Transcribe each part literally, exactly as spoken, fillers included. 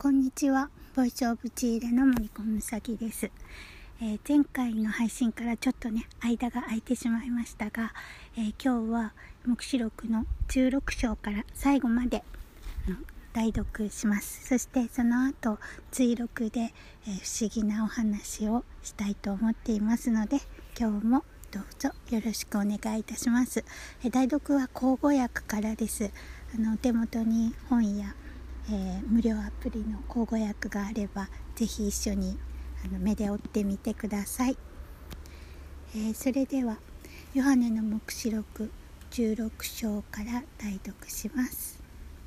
こんにちは。ボイスオブチーレの森子むさぎです、えー、前回の配信からちょっとね間が空いてしまいましたが、えー、今日は黙示録のじゅうろく章から最後までの代読します。そしてその後追録で、えー、不思議なお話をしたいと思っていますので、今日もどうぞよろしくお願いいたします。えー、代読は口語訳からです。あのお手元に本やえー、無料アプリの口語訳があればぜひ一緒にあの目で追ってみてください。えー、それではヨハネの黙示録じゅうろく章から代読します。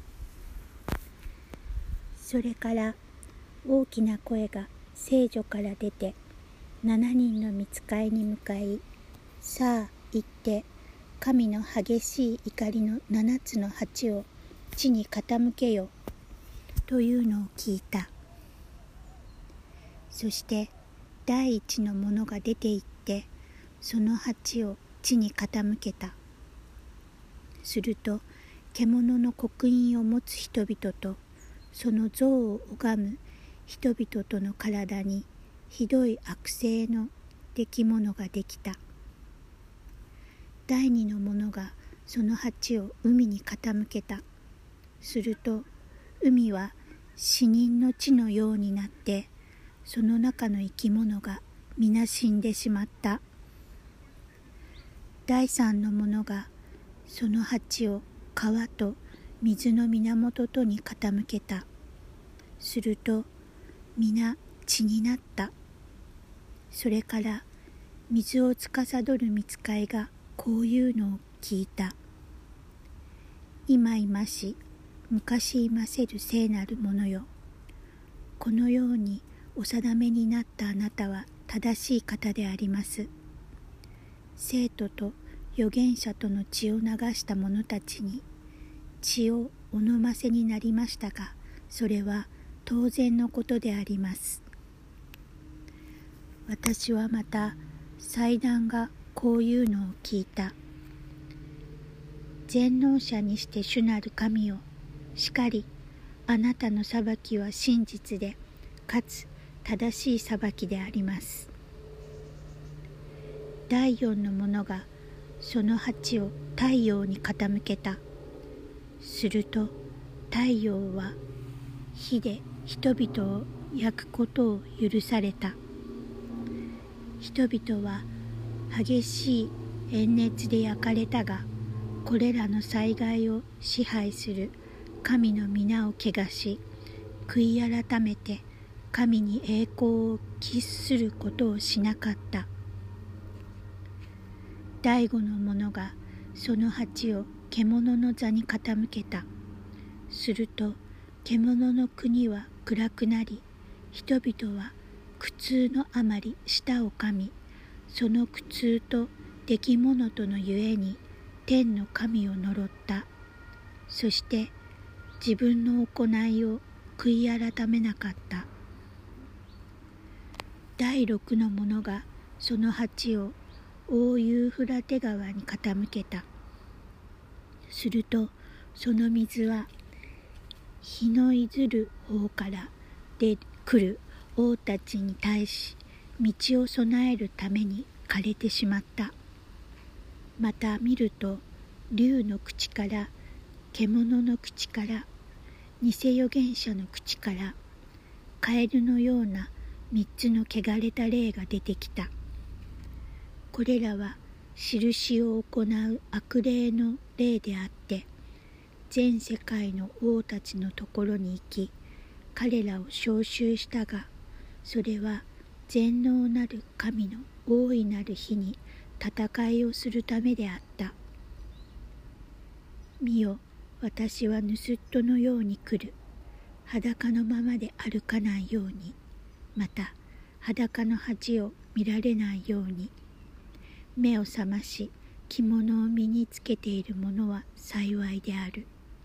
それから大きな声が聖女から出てななにんの御使いに向かい、さあ行って神の激しい怒りのななつの鉢を地に傾けよというのを聞いた。そして第一の者が出て行ってその鉢を地に傾けた。すると獣の刻印を持つ人々とその像を拝む人々との体にひどい悪性の出来物ができた。第二の者がその鉢を海に傾けた。すると海は死人の地のようになってその中の生き物が皆死んでしまった。第三の者がその鉢を川と水の源とに傾けた。すると皆血になった。それから水を司る御使いがこういうのを聞いた。今いまし昔いませる聖なるものよ。このようにお定めになったあなたは正しい方であります。生徒と預言者との血を流した者たちに血をお飲ませになりましたが、それは当然のことであります。私はまた祭壇がこういうのを聞いた。全能者にして主なる神よ、しかりあなたの裁きは真実でかつ正しい裁きであります。第四の者がその鉢を太陽に傾けた。すると太陽は火で人々を焼くことを許された。人々は激しい炎熱で焼かれたが、これらの災害を支配する神の皆を汚し、悔い改めて神に栄光を期することをしなかった。第五の者がその鉢を獣の座に傾けた。すると獣の国は暗くなり、人々は苦痛のあまり舌を噛み、その苦痛と出来物とのゆえに天の神を呪った。そして自分の行いを悔い改めなかった。第六の者がその鉢を大ユーフラテ川に傾けた。するとその水は日のいずる方から出来る王たちに対し道を備えるために枯れてしまった。また見ると竜の口から獣の口から偽預言者の口からカエルのような三つの汚れた霊が出てきた。これらは印を行う悪霊の霊であって、全世界の王たちのところに行き彼らを召集したが、それは全能なる神の大いなる日に戦いをするためであった。見よ、私は盗人のように来る。裸のままで歩かないように、また裸の恥を見られないように。目を覚まし着物を身につけている者は幸いである。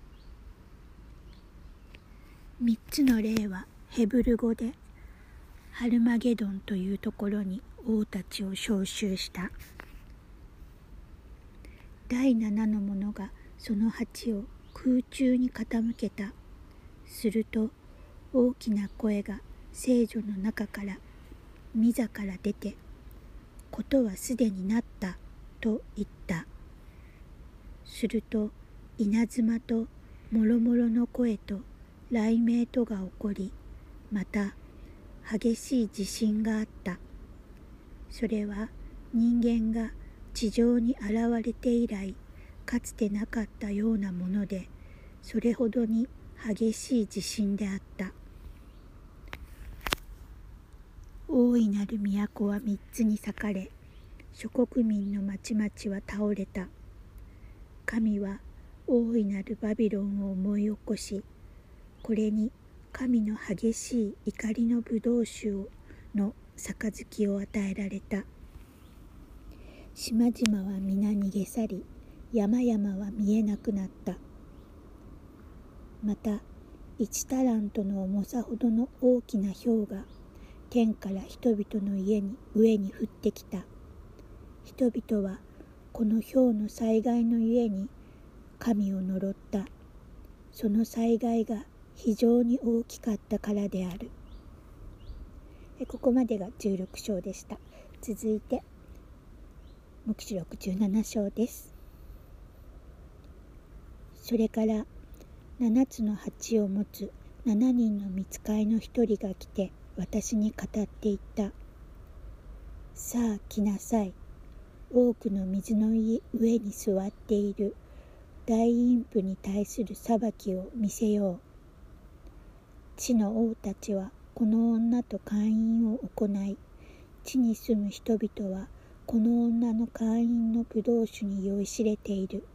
三つの霊はヘブル語でハルマゲドンというところに王たちを召集した。第七の者がその鉢を空中に傾けた。すると大きな声が聖女の中から御座から出て、ことはすでになったと言った。すると稲妻ともろもろの声と雷鳴とが起こり、また激しい地震があった。それは人間が地上に現れて以来かつてなかったようなもので、それほどに激しい地震であった。大いなる都は三つに裂かれ、諸国民の町々は倒れた。神は大いなるバビロンを思い起こし、これに神の激しい怒りの葡萄酒の杯を与えられた。島々は皆逃げ去り、山々は見えなくなった。また一タラントの重さほどの大きな雹が天から人々の家に上に降ってきた。人々はこの雹の災害のゆえに神を呪った。その災害が非常に大きかったからである。ここまでがじゅうろく章でした。続いて黙示録じゅうなな章です。それから七つの鉢を持つ七人の御使いの一人が来て私に語って言った。さあ来なさい。多くの水の上に座っている大陰譜に対する裁きを見せよう。地の王たちはこの女と会員を行い、地に住む人々はこの女の会員の葡萄酒に酔いしれている。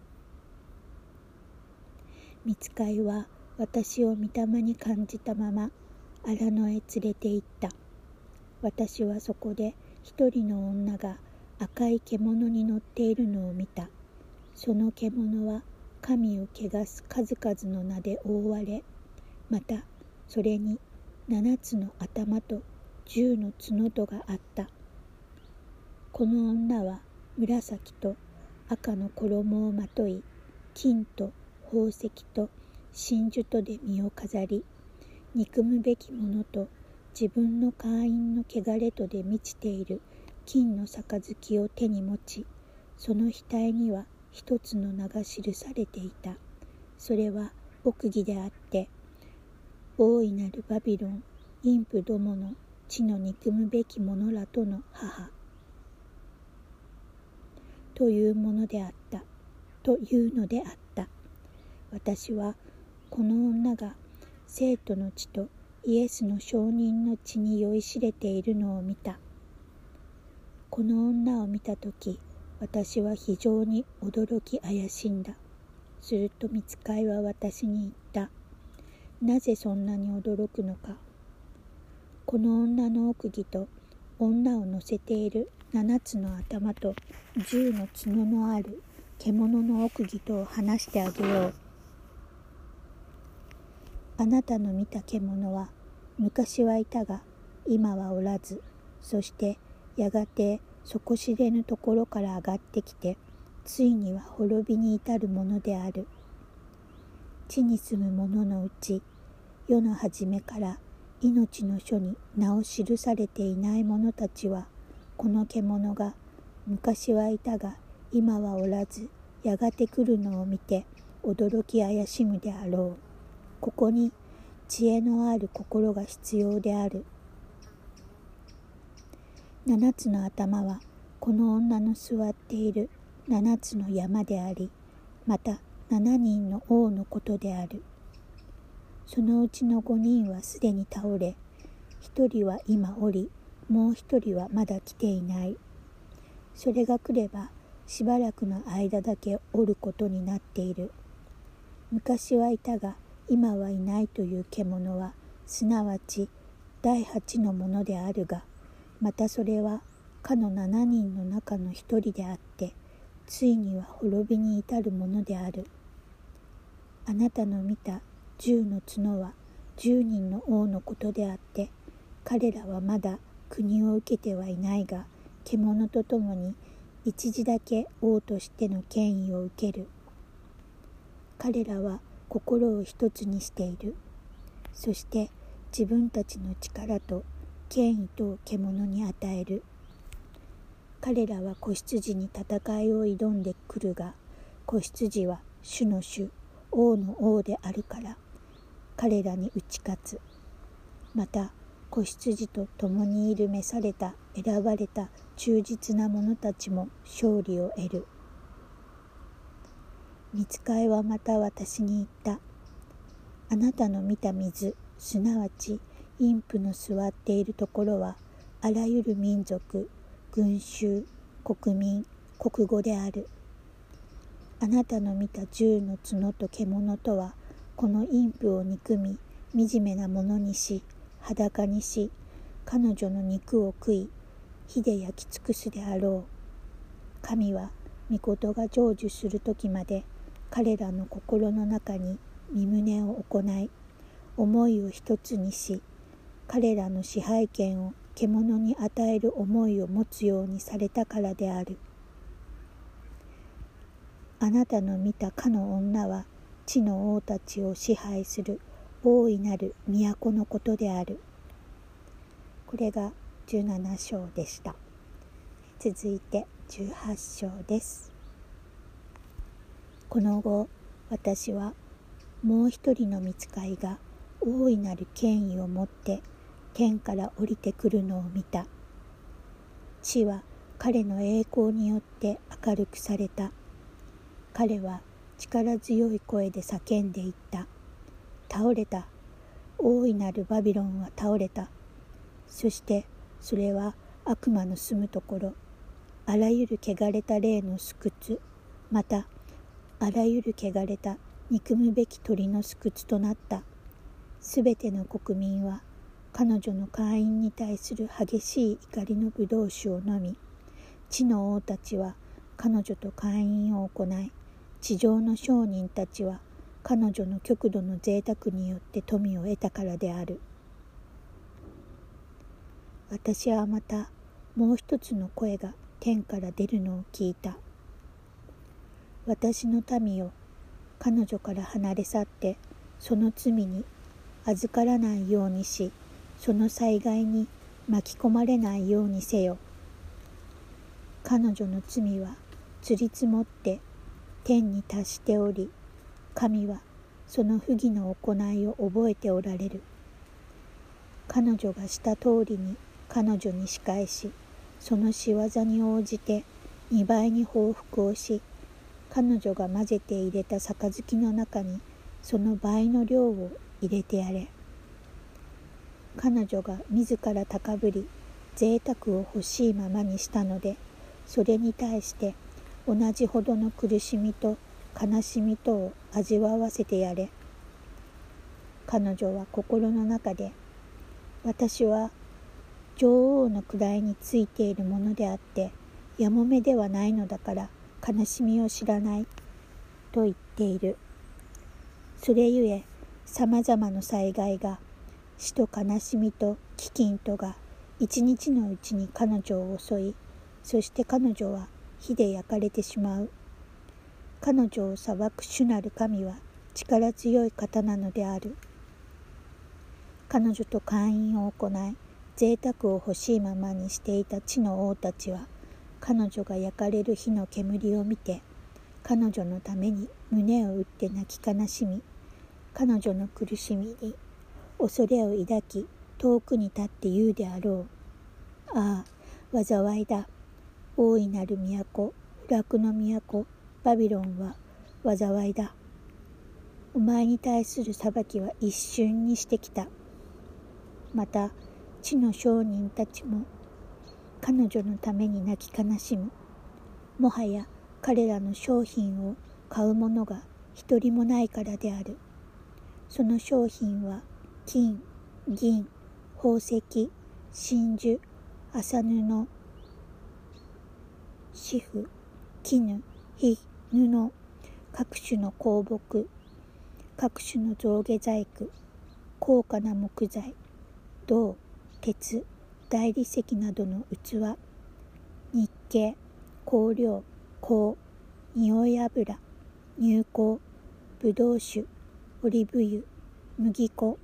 御使いは私を御霊に感じたまま荒野へ連れて行った。私はそこで一人の女が赤い獣に乗っているのを見た。その獣は神を汚す数々の名で覆われ、またそれに七つの頭と十の角とがあった。この女は紫と赤の衣をまとい、金と宝石と真珠とで身を飾り、憎むべきものと自分の会員の汚れとで満ちている金の杯を手に持ち、その額には一つの名が記されていた。それは奥義であって、大いなるバビロン、陰譜どもの地の憎むべき者らとの母というものであった、というのであった。私はこの女が生徒の血とイエスの証人の血に酔いしれているのを見た。この女を見たとき、私は非常に驚き怪しんだ。すると御使いは私に言った。なぜそんなに驚くのか。この女の奥義と女を乗せている七つの頭と十の角のある獣の奥義とを話してあげよう。あなたの見た獣は昔はいたが今はおらず、そしてやがて底知れぬところから上がってきて、ついには滅びに至るものである。地に住む者のうち、世の初めから命の書に名を記されていない者たちは、この獣が昔はいたが今はおらず、やがて来るのを見て驚き怪しむであろう。ここに知恵のある心が必要である。七つの頭はこの女の座っている七つの山であり、また七人の王のことである。そのうちの五人はすでに倒れ、一人は今おり、もう一人はまだ来ていない。それが来ればしばらくの間だけおることになっている。昔はいたが今はいないという獣は、すなわち第八のものであるが、またそれはかの七人の中の一人であって、ついには滅びに至るものである。あなたの見た十の角は十人の王のことであって、彼らはまだ国を受けてはいないが、獣とともに一時だけ王としての権威を受ける。彼らは心を一つにしている。 そして自分たちの力と権威と獣に与える。彼らは子羊に戦いを挑んでくるが、子羊は主の主、王の王であるから彼らに打ち勝つ。また子羊と共にいる召された選ばれた忠実な者たちも勝利を得る。御使いはまた私に言った。あなたの見た水、すなわち陰府の座っているところは、あらゆる民族、群衆、国民、国語である。あなたの見た銃の角と獣とは、この陰府を憎み、惨めなものにし、裸にし、彼女の肉を食い、火で焼き尽くすであろう。神は御事が成就する時まで、彼らの心の中に身旨を行い、思いを一つにし、彼らの支配権を獣に与える思いを持つようにされたからである。あなたの見たかの女は、地の王たちを支配する大いなる都のことである。これがじゅうなな章でした。続いてじゅうはち章です。この後、私はもう一人の御使いが大いなる権威を持って天から降りてくるのを見た。地は彼の栄光によって明るくされた。彼は力強い声で叫んでいった。倒れた。大いなるバビロンは倒れた。そしてそれは悪魔の住むところ、あらゆる汚れた霊の巣窟、またあらゆる汚れた憎むべき鳥の巣窟となった。すべての国民は彼女の会員に対する激しい怒りの葡萄酒を飲み、地の王たちは彼女と会員を行い、地上の商人たちは彼女の極度の贅沢によって富を得たからである。私はまたもう一つの声が天から出るのを聞いた。私の民よ、彼女から離れ去ってその罪に預からないようにし、その災害に巻き込まれないようにせよ。彼女の罪は積り積もって天に達しており、神はその不義の行いを覚えておられる。彼女がした通りに彼女に仕返し、その仕業に応じて二倍に報復をし、彼女が混ぜて入れた杯の中にその倍の量を入れてやれ。彼女が自ら高ぶり、贅沢を欲しいままにしたので、それに対して同じほどの苦しみと悲しみとを味わわせてやれ。彼女は心の中で、私は女王の位についているものであって、やもめではないのだから悲しみを知らないと言っている。それゆえ、さまざまな災害が、死と悲しみと飢饉とが一日のうちに彼女を襲い、そして彼女は火で焼かれてしまう。彼女を裁く主なる神は力強い方なのである。彼女と会員を行い、贅沢を欲しいままにしていた地の王たちは、彼女が焼かれる火の煙を見て、彼女のために胸を打って泣き悲しみ、彼女の苦しみに恐れを抱き、遠くに立って言うであろう。ああ、災いだ。大いなる都、不落の都、バビロンは災いだ。お前に対する裁きは一瞬にしてきた。また、地の商人たちも彼女のために泣き悲しむ。もはや彼らの商品を買う者が一人もないからである。その商品は金、銀、宝石、真珠、麻布、紙布、絹、皮、布、各種の香木、各種の象牙細工、高価な木材、銅、鉄、大理石などの器、日系、香料、香、匂い油、乳香、ぶどう酒、オリーブ油、麦粉、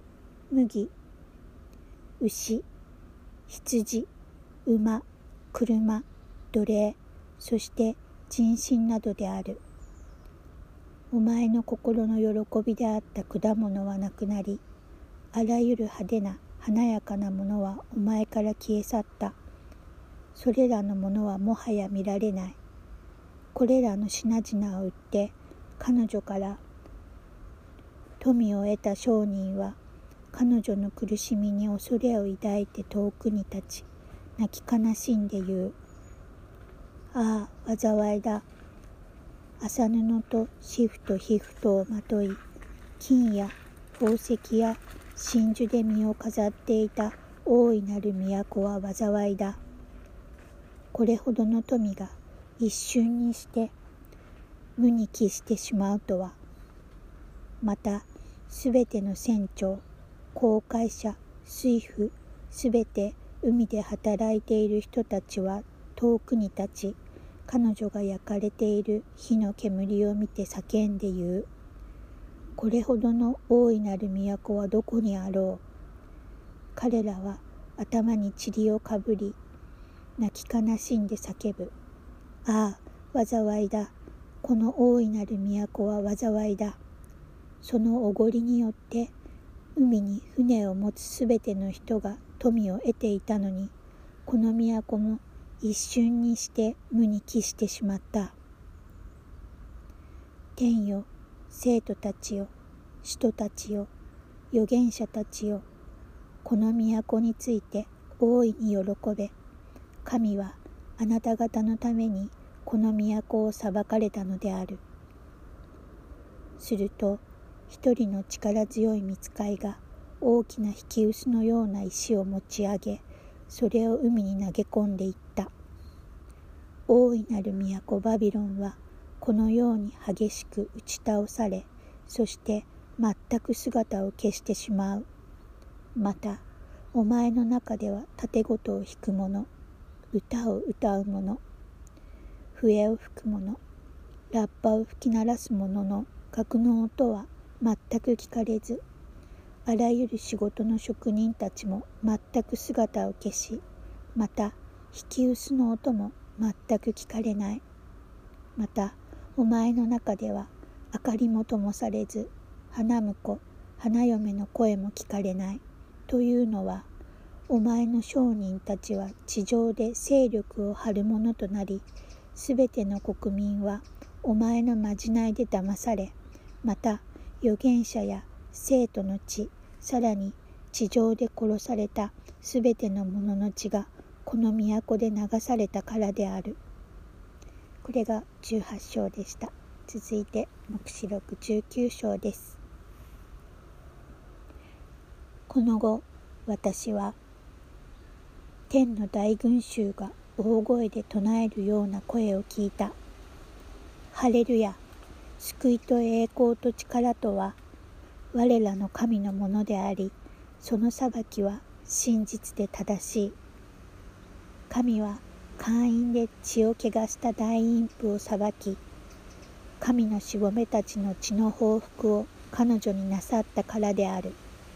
麦、牛、羊、馬、車、奴隷、そして人身などである。お前の心の喜びであった果物はなくなり、あらゆる派手な華やかなものはお前から消え去った。それらのものはもはや見られない。これらの品々を売って彼女から富を得た商人は彼女の苦しみに恐れを抱いて遠くに立ち、泣き悲しんで言う。ああ、災いだ。麻布と紙布と皮膚とをまとい、金や宝石や真珠で身を飾っていた大いなる都は災いだ。これほどの富が一瞬にして無に帰してしまうとは。またすべての船長、航海者、水夫、すべて海で働いている人たちは遠くに立ち、彼女が焼かれている火の煙を見て叫んで言う。これほどの大いなる都はどこにあろう。彼らは頭に塵をかぶり、泣き悲しんで叫ぶ。ああ、災いだ。この大いなる都は災いだ。そのおごりによって海に船を持つすべての人が富を得ていたのに、この都も一瞬にして無に帰してしまった。天よ、生徒たちよ、使徒たちよ、預言者たちよ、この都について大いに喜べ。神はあなた方のためにこの都を裁かれたのである。すると一人の力強い御使いが大きな引き臼のような石を持ち上げ、それを海に投げ込んでいった。大いなる都バビロンはこのように激しく打ち倒され、そして全く姿を消してしまう。またお前の中では盾琴を弾く者、歌を歌う者、笛を吹く者、ラッパを吹き鳴らす者の楽の音は全く聞かれず、あらゆる仕事の職人たちも全く姿を消し、また引き臼の音も全く聞かれない。またお前の中では明かりも灯されず、花婿、花嫁の声も聞かれない。というのは、お前の商人たちは地上で勢力を張る者となり、すべての国民はお前のまじないで騙され、また預言者や生徒の血、さらに地上で殺されたすべての者の血がこの都で流されたからである。これがじゅうはち章でした。続いて黙示録じゅうきゅう章です。この後、私は天の大群衆が大声で唱えるような声を聞いた。ハレルヤ、救いと栄光と力とは我らの神のものであり、その裁きは真実で正しい。神は姦淫で血を汚した大淫婦を裁き、神のしもべたちの血の報復を彼女になさったからである。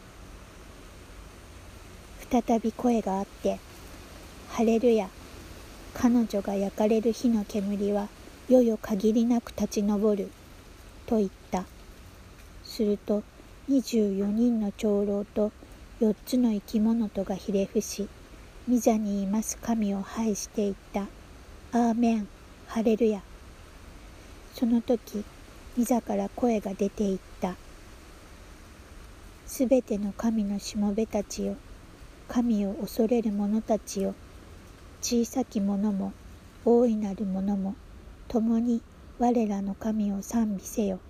再び声があって、ハレルヤ、彼女が焼かれる火の煙はいよよ限りなく立ち上る、と言った。するとにじゅうよにんの長老とよっつの生き物とがひれ伏し、御座にいます神を拝していった。アーメン、ハレルヤ。その時、御座から声が出ていった。すべての神のしもべたちよ、神を恐れる者たちよ、小さき者も大いなる者も共に我らの神を賛美せよ。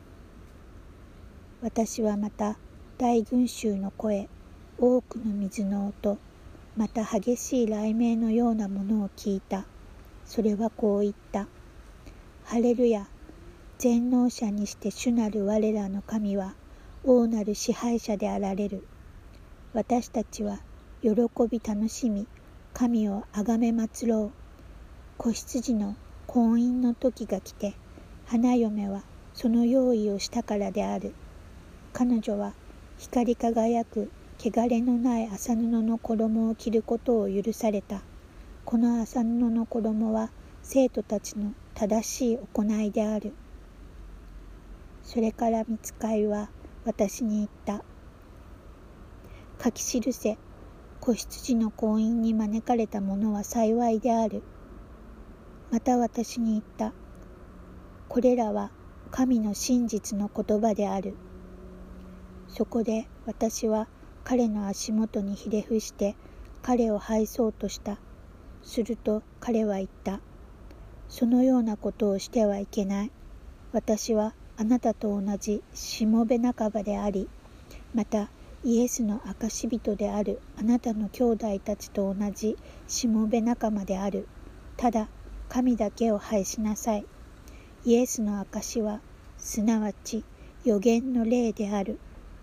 私はまた大群衆の声、多くの水の音、また激しい雷鳴のようなものを聞いた。それはこう言った。ハレルヤ、全能者にして主なる我らの神は王なる支配者であられる。私たちは喜び楽しみ、神をあがめ祭ろう。子羊の婚姻の時が来て、花嫁はその用意をしたからである。彼女は光り輝く汚れのない麻布の衣を着ることを許された。この麻布の衣は生徒たちの正しい行いである。それから御使いは私に言った。書き記せ、子羊の婚姻に招かれた者は幸いである。また私に言った。これらは神の真実の言葉である。そこで私は彼の足元にひれ伏して彼を拝そうとした。すると彼は言った。そのようなことをしてはいけない。私はあなたと同じしもべ仲間であり、またイエスの証人であるあなたの兄弟たちと同じしもべ仲間である。ただ神だけを拝しなさい。イエスの証はすなわち預言の霊である。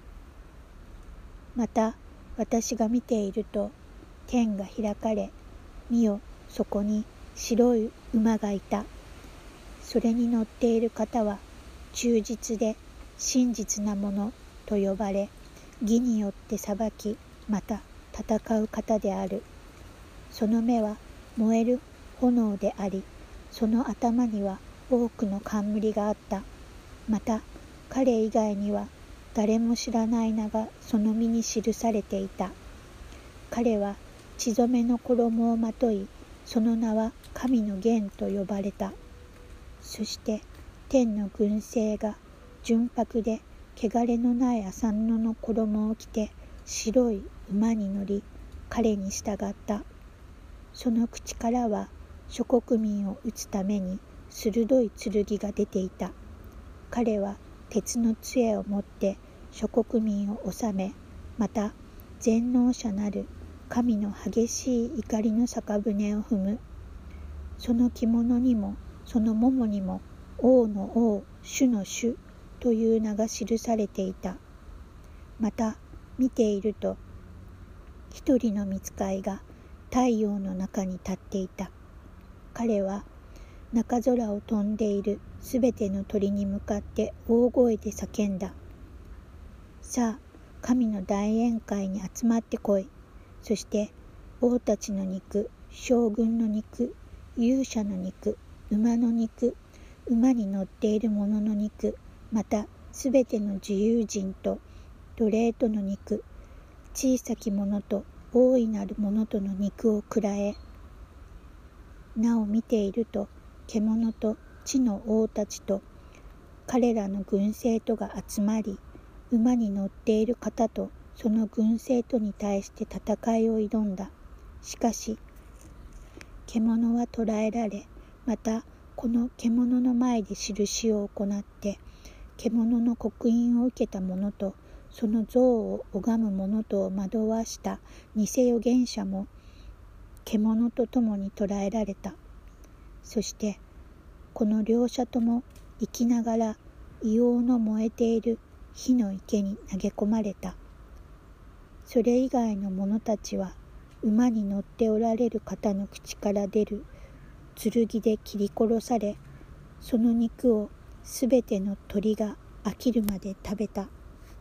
また私が見ていると天が開かれ、見よ、そこに白い馬がいた。それに乗っている方は忠実で真実なものと呼ばれ、義によって裁き、また戦う方である。その目は燃える炎であり、その頭には多くの冠があった。また彼以外には誰も知らない名がその身に記されていた。彼は血染めの衣をまとい、その名は神の元と呼ばれた。そして天の軍勢が純白で汚れのない麻布の衣を着て白い馬に乗り、彼に従った。その口からは諸国民を撃つために鋭い剣が出ていた。彼は鉄の杖を持って諸国民を治め、また全能者なる神の激しい怒りの酒舟を踏む。その着物にもそのももにも王の王、主の主という名が記されていた。また見ていると一人の御使いが太陽の中に立っていた。彼は中空を飛んでいるすべての鳥に向かって大声で叫んだ。さあ、神の大宴会に集まってこい。そして王たちの肉、将軍の肉、勇者の肉、馬の肉、馬に乗っている者の肉、またすべての自由人と奴隷との肉、小さき者と大いなる者との肉を食らえ。なお見ていると獣と地の王たちと彼らの軍勢とが集まり、馬に乗っている方とその軍勢とに対して戦いを挑んだ。しかし獣は捕らえられ、またこの獣の前で印を行って獣の刻印を受けた者とその像を拝む者とを惑わした偽預言者も獣と共に捕らえられた。そしてこの両者とも生きながら硫黄の燃えている火の池に投げ込まれた。それ以外の者たちは馬に乗っておられる方の口から出る剣で切り殺され、その肉をすべての鳥が飽きるまで食べた。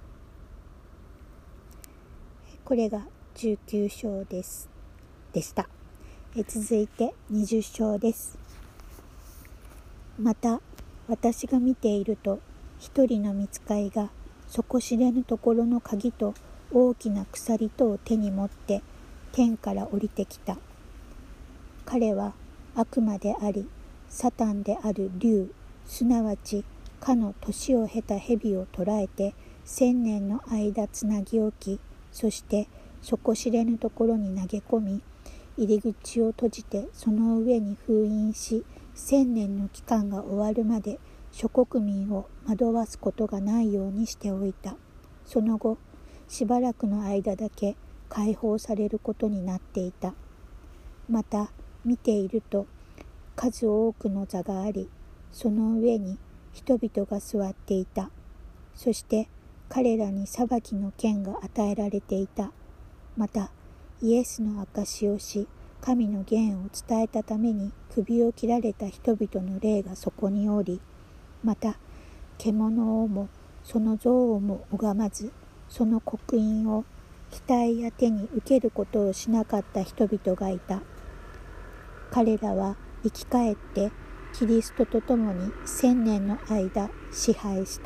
これがじゅうきゅう章です。でした。え続いてにじゅう章です。また私が見ていると、一人の御使いが底知れぬところの鍵と大きな鎖とを手に持って天から降りてきた。彼は悪魔であり、サタンである竜、すなわちかの年を経た蛇を捕らえて千年の間つなぎ置き、そして底知れぬところに投げ込み、入り口を閉じてその上に封印し、千年の期間が終わるまで諸国民を惑わすことがないようにしておいた。その後しばらくの間だけ解放されることになっていた。また見ていると数多くの座があり、その上に人々が座っていた。そして彼らに裁きの権が与えられていた。またイエスの証をし、神の言を伝えたために首を切られた人々の霊がそこにおり、また獣をもその像をも拝まず、 その刻印を額や手に受けることをしなかった人々がいた。彼らは生き返ってキリストと共に千年の間支配した。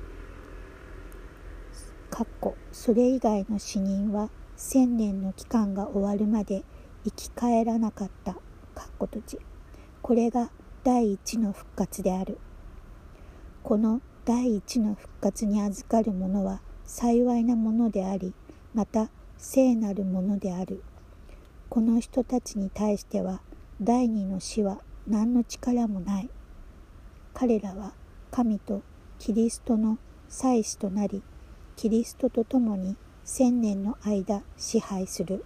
かっこそれ以外の死人は千年の期間が終わるまで生き返らなかった。かっこ閉じ。これが第一の復活である。この第一の復活に預かる者は幸いなものであり、また聖なるものである。この人たちに対しては第二の死は何の力もない。彼らは神とキリストの祭司となり、キリストと共に千年の間支配する。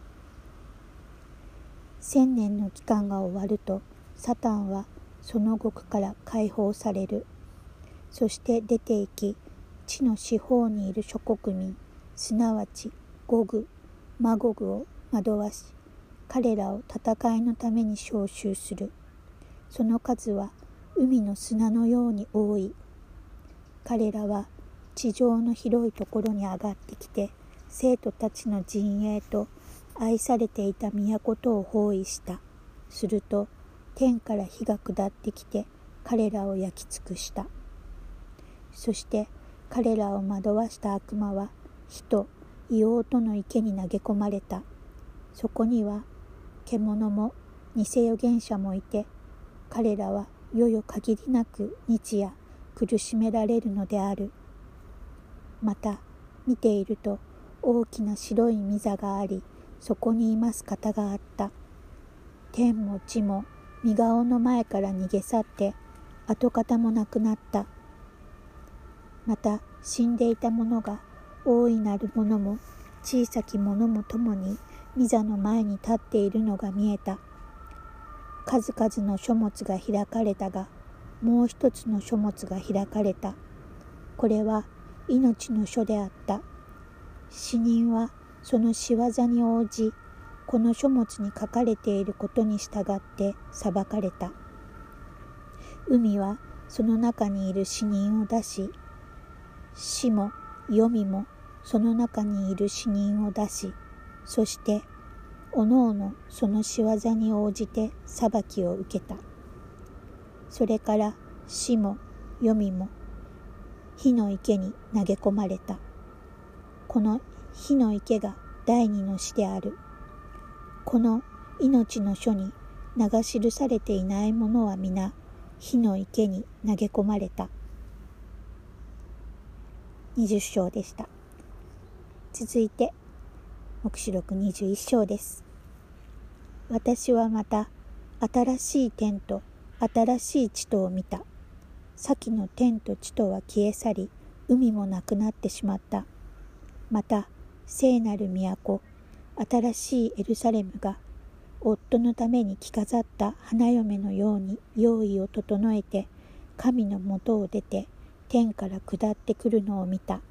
千年の期間が終わると、サタンはその獄から解放される。そして出て行き、地の四方にいる諸国民、すなわちゴグ、マゴグを惑わし、彼らを戦いのために召集する。その数は海の砂のように多い。彼らは地上の広いところに上がってきて、生徒たちの陣営と愛されていた都とを包囲した。すると天から火が下ってきて彼らを焼き尽くした。そして彼らを惑わした悪魔は火と硫黄との池に投げ込まれた。そこには獣も偽預言者もいて、彼らは世々限りなく日夜苦しめられるのである。また見ていると大きな白い御座があり、そこにいます方があった。天も地も御顔の前から逃げ去って跡形もなくなった。また死んでいた者が大いなる者も小さき者も共に御座の前に立っているのが見えた。数々の書物が開かれたが、もう一つの書物が開かれた。これは命の書であった。死人はその仕業に応じ、この書物に書かれていることに従って裁かれた。海はその中にいる死人を出し、死も黄泉もその中にいる死人を出し、そしておのおのその仕業に応じて裁きを受けた。それから死も黄泉も火の池に投げ込まれた。この火の池が第二の死である。この命の書に名が記されていない者は皆火の池に投げ込まれた。にじゅっ章でした。続いて黙示録にじゅういち章です。私はまた新しい天と新しい地とを見た。先の天と地とは消え去り、海もなくなってしまった。また聖なる都、新しいエルサレムが夫のために着飾った花嫁のように用意を整えて、神のもとを出て天から下ってくるのを見た。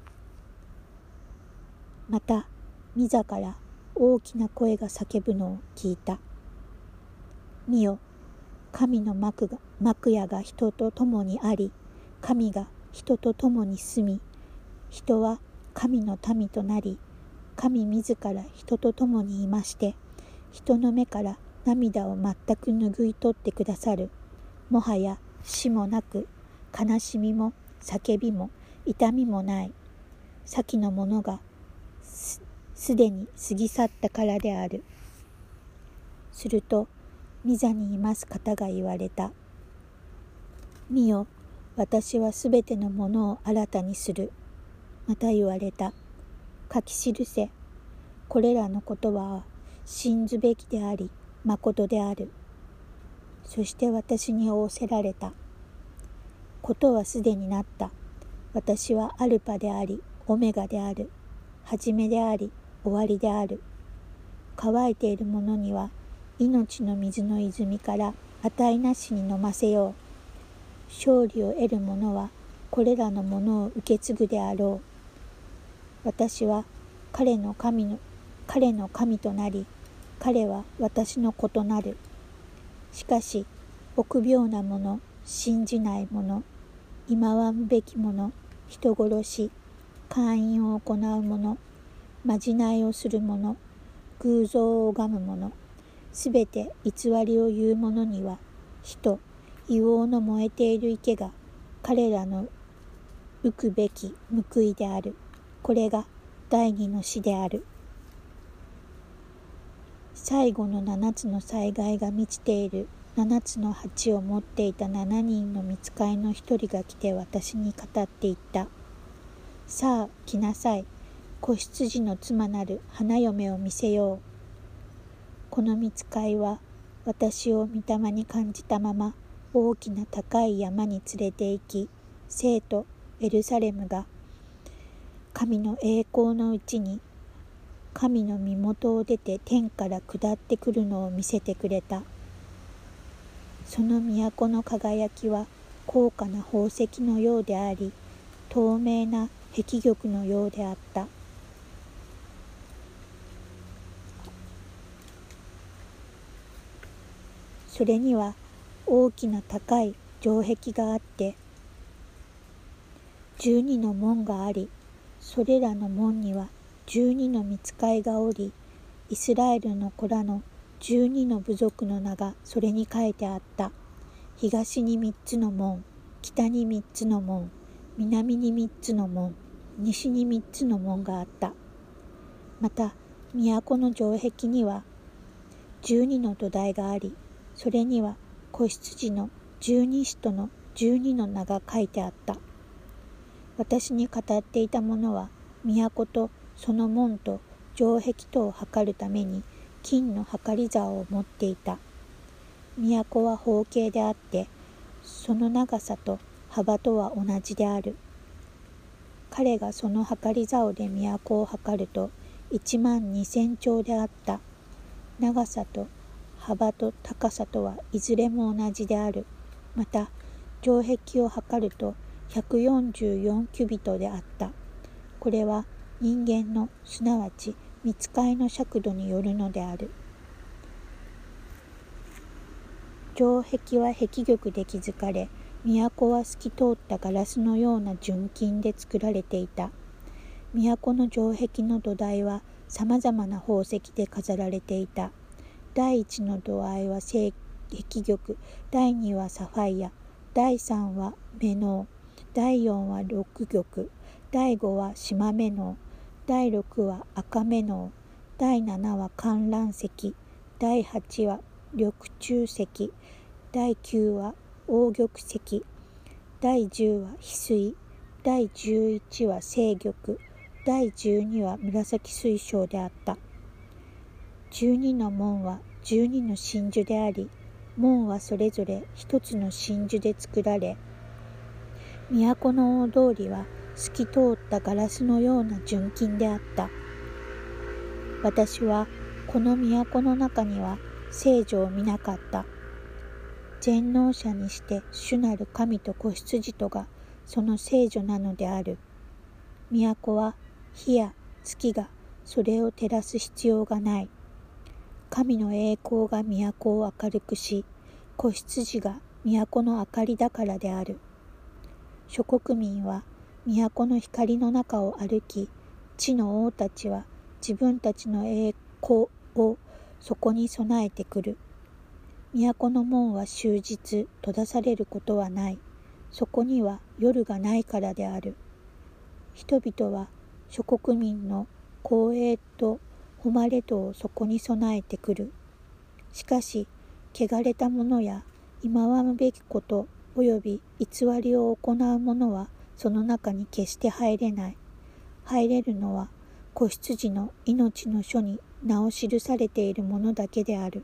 また御座から大きな声が叫ぶのを聞いた。見よ、神の幕が幕屋が人と共にあり、神が人と共に住み、人は神の民となり、神自ら人と共にいまして、人の目から涙を全く拭い取ってくださる。もはや死もなく、悲しみも叫びも痛みもない。先のものがすすでに過ぎ去ったからである。すると御座にいます方が言われた。見よ、私はすべてのものを新たにする。また言われた。書き記せ。これらの言葉は信ずべきであり、まことである。そして私に仰せられた。ことはすでになった。私はアルパであり、オメガである。はじめであり、終わりである。乾いているものには、命の水の泉から値なしに飲ませよう。勝利を得る者は、これらのものを受け継ぐであろう。私は彼の神の、彼の神となり、彼は私の子となる。しかし、臆病な者、信じない者、忌まわむべき者、人殺し、 姦淫を行う者、まじないをする者、偶像を拝む者、すべて偽りを言う者には、火と硫黄の燃えている池が彼らの受くべき報いである。これが第二の死である。最後の七つの災害が満ちている七つの鉢を持っていた七人の御使いの一人が来て私に語って言った。さあ来なさい。子羊の妻なる花嫁を見せよう。この御使いは私を御霊に感じたまま大きな高い山に連れて行き、聖都エルサレムが神の栄光のうちに神の身元を出て天から下ってくるのを見せてくれた。その都の輝きは高価な宝石のようであり、透明な碧玉のようであった。それには大きな高い城壁があって、十二の門があり、それらの門には十二の御使いがおり、イスラエルの子らの十二の部族の名がそれに書いてあった。東に三つの門、北に三つの門、南に三つの門、西に三つの門があった。また、都の城壁には十二の土台があり、それには子羊の十二使徒の十二の名が書いてあった。私に語っていた者は、都とその門と城壁とを測るために金の測り竿を持っていた。都は方形であって、その長さと幅とは同じである。彼がその測り竿で都を測ると一万二千丁であった。長さと幅と高さとはいずれも同じである。また、城壁を測ると百四十四キュビトであった。これは人間のすなわち御使いの尺度によるのである。城壁は碧玉で築かれ、都は透き通ったガラスのような純金で作られていた。都の城壁の土台はさまざまな宝石で飾られていた。第一の土台は碧玉、第二はサファイア、第三はメノウ、第四は六玉、第五は縞メノウ、第六は赤メノウ、第七は観覧石、第八は緑柱石、第九は黄玉石、第十は翡翠、第十一は青玉、第十二は紫水晶であった。十二の門は十二の真珠であり、門はそれぞれ一つの真珠で作られ、都の大通りは透き通ったガラスのような純金であった。私はこの都の中には聖女を見なかった。全能者にして主なる神と子羊とがその聖女なのである。都は火や月がそれを照らす必要がない。神の栄光が都を明るくし、子羊が都の明かりだからである。諸国民は都の光の中を歩き、地の王たちは自分たちの栄光をそこに備えてくる。都の門は終日閉ざされることはない。そこには夜がないからである。人々は諸国民の光栄と誉れとをそこに備えてくる。しかし、汚れた者や忌まわむべきことおよび偽りを行う者はその中に決して入れない。入れるのは子羊の命の書に名を記されているものだけである。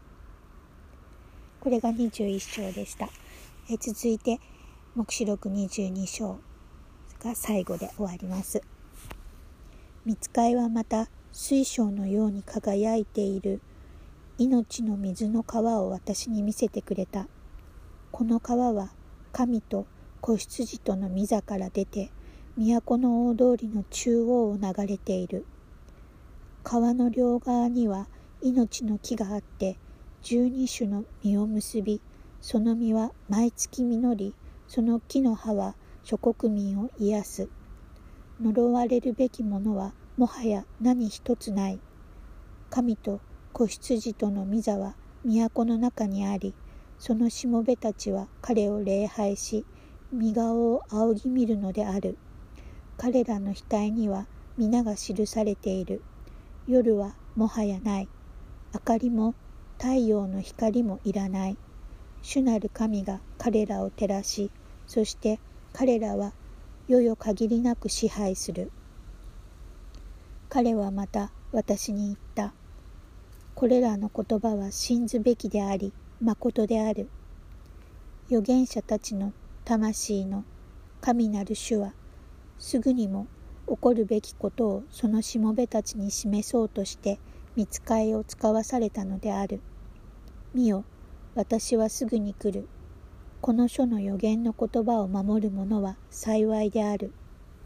これがにじゅういっ章でした。え続いて黙示録にじゅうに章が最後で終わります。御使いはまた水晶のように輝いている命の水の川を私に見せてくれた。この川は神と子羊との御座から出て都の大通りの中央を流れている。川の両側には命の木があって十二種の実を結び、その実は毎月実り、その木の葉は諸国民を癒す。 呪われるべきものはもはや何一つない。神と子羊との御座は都の中にあり、そのしもべたちは彼を礼拝し、御顔を仰ぎ見るのである。彼らの額には皆が記されている。夜はもはやない。明かりも太陽の光もいらない。主なる神が彼らを照らし、そして彼らは世々限りなく支配する。彼はまた私に言った。これらの言葉は信ずべきであり、まことである。預言者たちの魂の神なる主は、すぐにも起こるべきことをそのしもべたちに示そうとして、御使いを使わされたのである。見よ、私はすぐに来る。この書の預言の言葉を守る者は幸いである。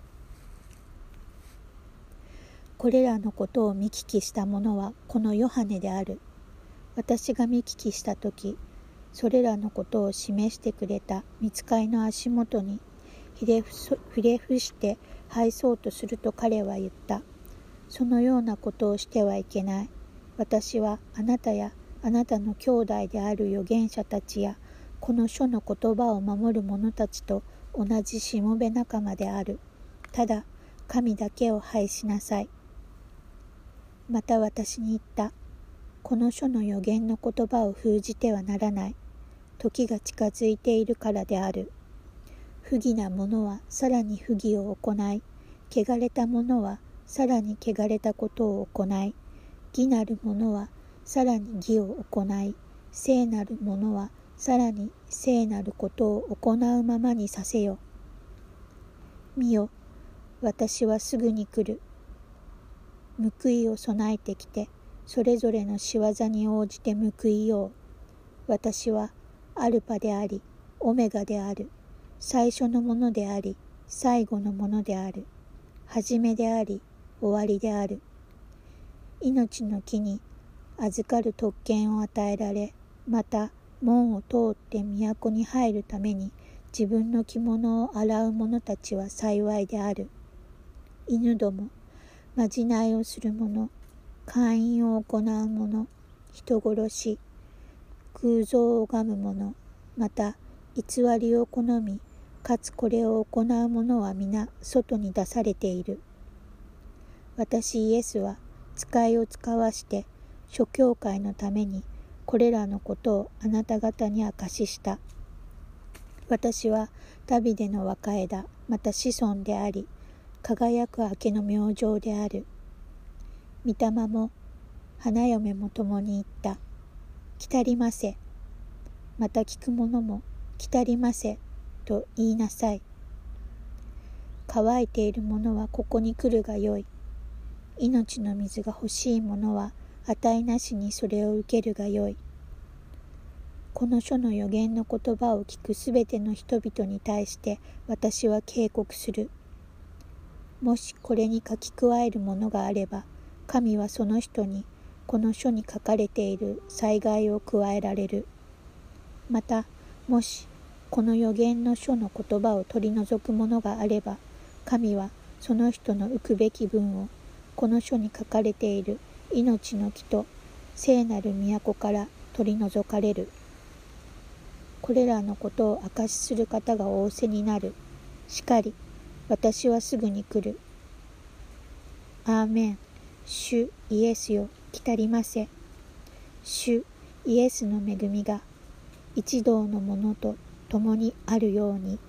これらのことを見聞きした者はこのヨハネである。私が見聞きしたとき、それらのことを示してくれた御使いの足元にひれ伏して拝そうとすると彼は言った。そのようなことをしてはいけない。私はあなたやあなたの兄弟である預言者たちやこの書の言葉を守る者たちと同じしもべ仲間である。ただ神だけを拝しなさい。また私に言った。この書の預言の言葉を封じてはならない。時が近づいているからである。不義な者はさらに不義を行い、汚れた者はさらに汚れたことを行い、義なる者はさらに義を行い、聖なる者はさらに聖なることを行うままにさせよ。見よ、私はすぐに来る。報いを備えてきて、それぞれの仕業に応じて報いよう。私はアルパであり、オメガである。最初のものであり、最後のものである。始めであり、終わりである。命の木に預かる特権を与えられ、また門を通って都に入るために自分の着物を洗う者たちは幸いである。犬ども、まじないをする者、姦淫を行う者、人殺し、偶像を拝む者、また偽りを好み、かつこれを行う者は皆外に出されている。私イエスは使いを使わして諸教会のためにこれらのことをあなた方に証しした。私はダビデの若枝、また子孫であり、輝く明けの明星である。御霊も花嫁も共に言った。来たりませ。また聞く者も来たりませと言いなさい。乾いている者はここに来るがよい。命の水が欲しい者は値なしにそれを受けるがよい。この書の預言の言葉を聞くすべての人々に対して私は警告する。もしこれに書き加えるものがあれば、神はその人にこの書に書かれている災害を加えられる。また、もしこの預言の書の言葉を取り除くものがあれば、神はその人の浮くべき分をこの書に書かれている命の木と聖なる都から取り除かれる。これらのことを証しする方が仰せになる。しかり、私はすぐに来る。アーメン。主イエスよ、来たりませ。主イエスの恵みが一同の者と共にあるように。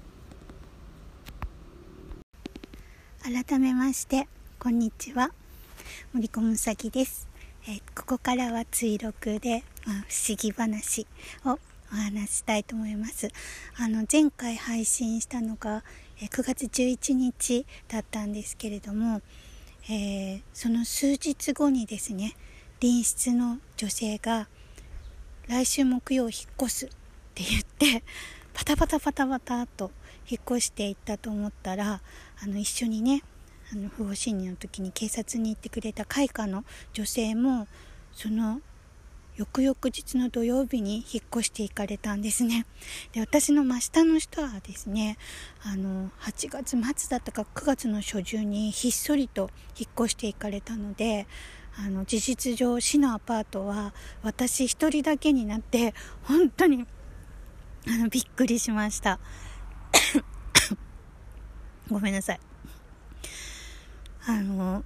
改めましてこんにちは、森子むさきです。えー、ここからは追録で、まあ、不思議話をお話ししたいと思います。あの前回配信したのがくがつじゅういちにちだったんですけれども、えー、その数日後にですね、隣室の女性が来週木曜引っ越すって言ってパタパタパタパタと引っ越していったと思ったら、あの一緒にね、あの不法侵入の時に警察に行ってくれた開花の女性もその翌々日の土曜日に引っ越していかれたんですね。で、私の真下の人はですね、あのはちがつ末だったかくがつの初旬にひっそりと引っ越していかれたので、あの事実上市のアパートは私一人だけになって、本当にあのびっくりしましたごめんなさい。あの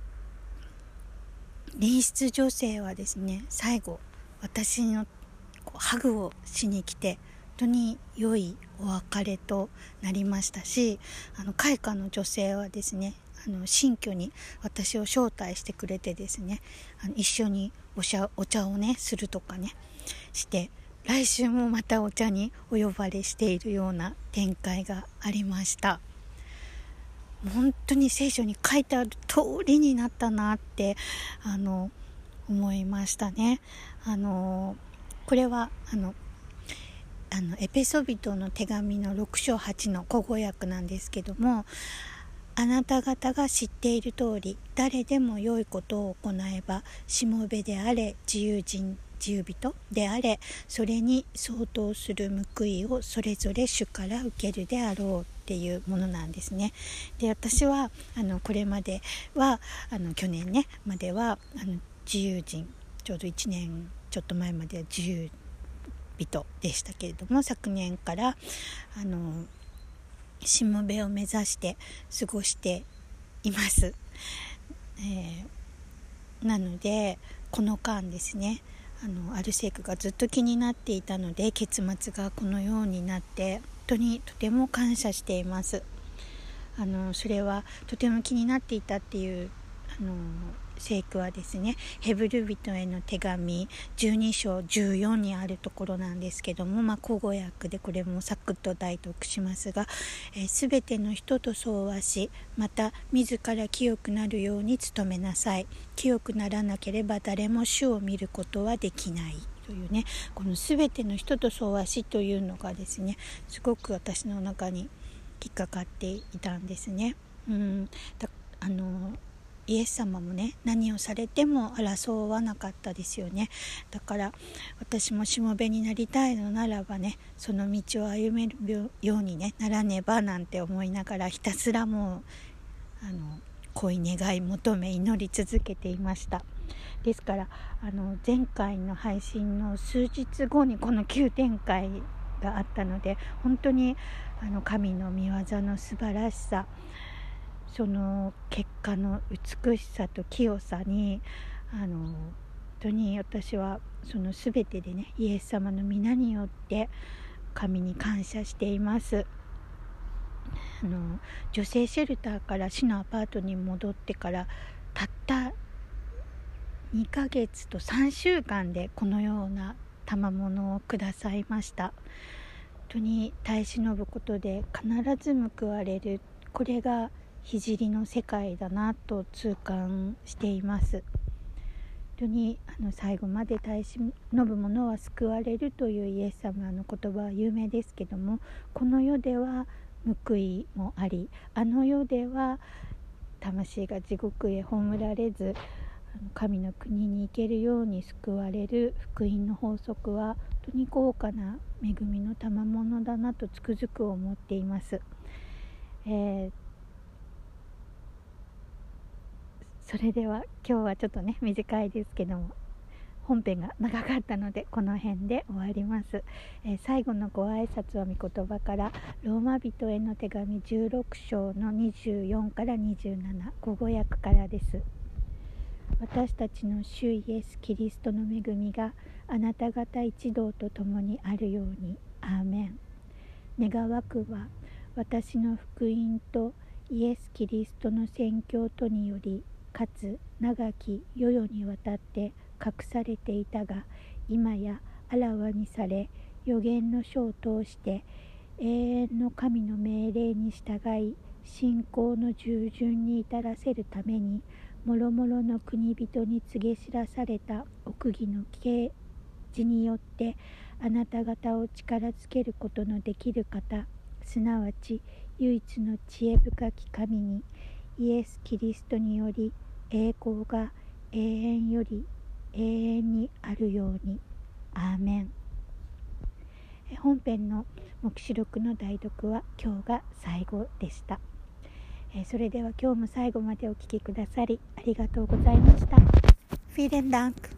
隣室女性はですね、最後私のこうハグをしに来て、本当に良いお別れとなりましたし、あの開花の女性はですね、あの新居に私を招待してくれてですね、あの一緒にお茶、お茶をねするとかねして、来週もまたお茶にお呼ばれしているような展開がありました。本当に聖書に書いてある通りになったなってあの思いましたね。あのこれはあのあのエペソビトの手紙のろく章はちの口語訳なんですけども、あなた方が知っている通り、誰でも良いことを行えば、しもべであれ自由人自由人であれ、それに相当する報いをそれぞれ主から受けるであろうっていうものなんですね。で、私はあのこれまではあの去年ねまではあの自由人、ちょうどいちねんちょっと前までは自由人でしたけれども、昨年からあのしもべを目指して過ごしています。えー、なのでこの間ですね、あのアルセイクがずっと気になっていたので、結末がこのようになって本当にとても感謝しています。あのそれはとても気になっていたっていうあの聖句はですね、ヘブル人への手紙じゅうに章じゅうよんにあるところなんですけども、まあ、口語訳でこれもサクッと代読しますが、すべての人と相和し、また自ら清くなるように努めなさい。清くならなければ誰も主を見ることはできないというね、このすべての人と相和しというのがですね、すごく私の中に引っかかっていたんですね。うんだあのイエス様もね、何をされても争わなかったですよね。だから私もしもべになりたいのならばね、その道を歩めるように、ね、ならねばなんて思いながら、ひたすらもうあの恋願い求め祈り続けていました。ですからあの前回の配信の数日後にこの急展開があったので、本当にあの神の御業の素晴らしさ、その結果の美しさと清さにあの本当に私はその全てでね、イエス様の皆によって神に感謝しています。あの女性シェルターから市のアパートに戻ってからたったにかげつとさんしゅうかんでこのような賜物をくださいました。本当に耐え忍ぶことで必ず報われる、これが聖の世界だなと痛感しています。本当にあの最後まで耐え忍ぶ者は救われるというイエス様の言葉は有名ですけども、この世では報いもあり、あの世では魂が地獄へ葬られず神の国に行けるように救われる福音の法則は本当に豪華な恵みの賜物だなとつくづく思っています。えーそれでは今日はちょっとね短いですけども、本編が長かったのでこの辺で終わります。えー、最後のご挨拶は御言葉からローマ人への手紙じゅうろく章のにじゅうよんからにじゅうなな、口語訳からです。私たちの主イエスキリストの恵みがあなた方一同と共にあるように。アーメン。願わくは私の福音とイエスキリストの宣教とにより、かつ長き世々にわたって隠されていたが、今やあらわにされ、預言の書を通して永遠の神の命令に従い、信仰の従順に至らせるために、もろもろの国人に告げ知らされた奥義の啓示によって、あなた方を力づけることのできる方、すなわち唯一の知恵深き神に、イエス・キリストにより栄光が永遠より永遠にあるように。 アーメン。本編の黙示録の代読は今日が最後でした。それでは今日も最後までお聞きくださりありがとうございました。フィーレンダンク。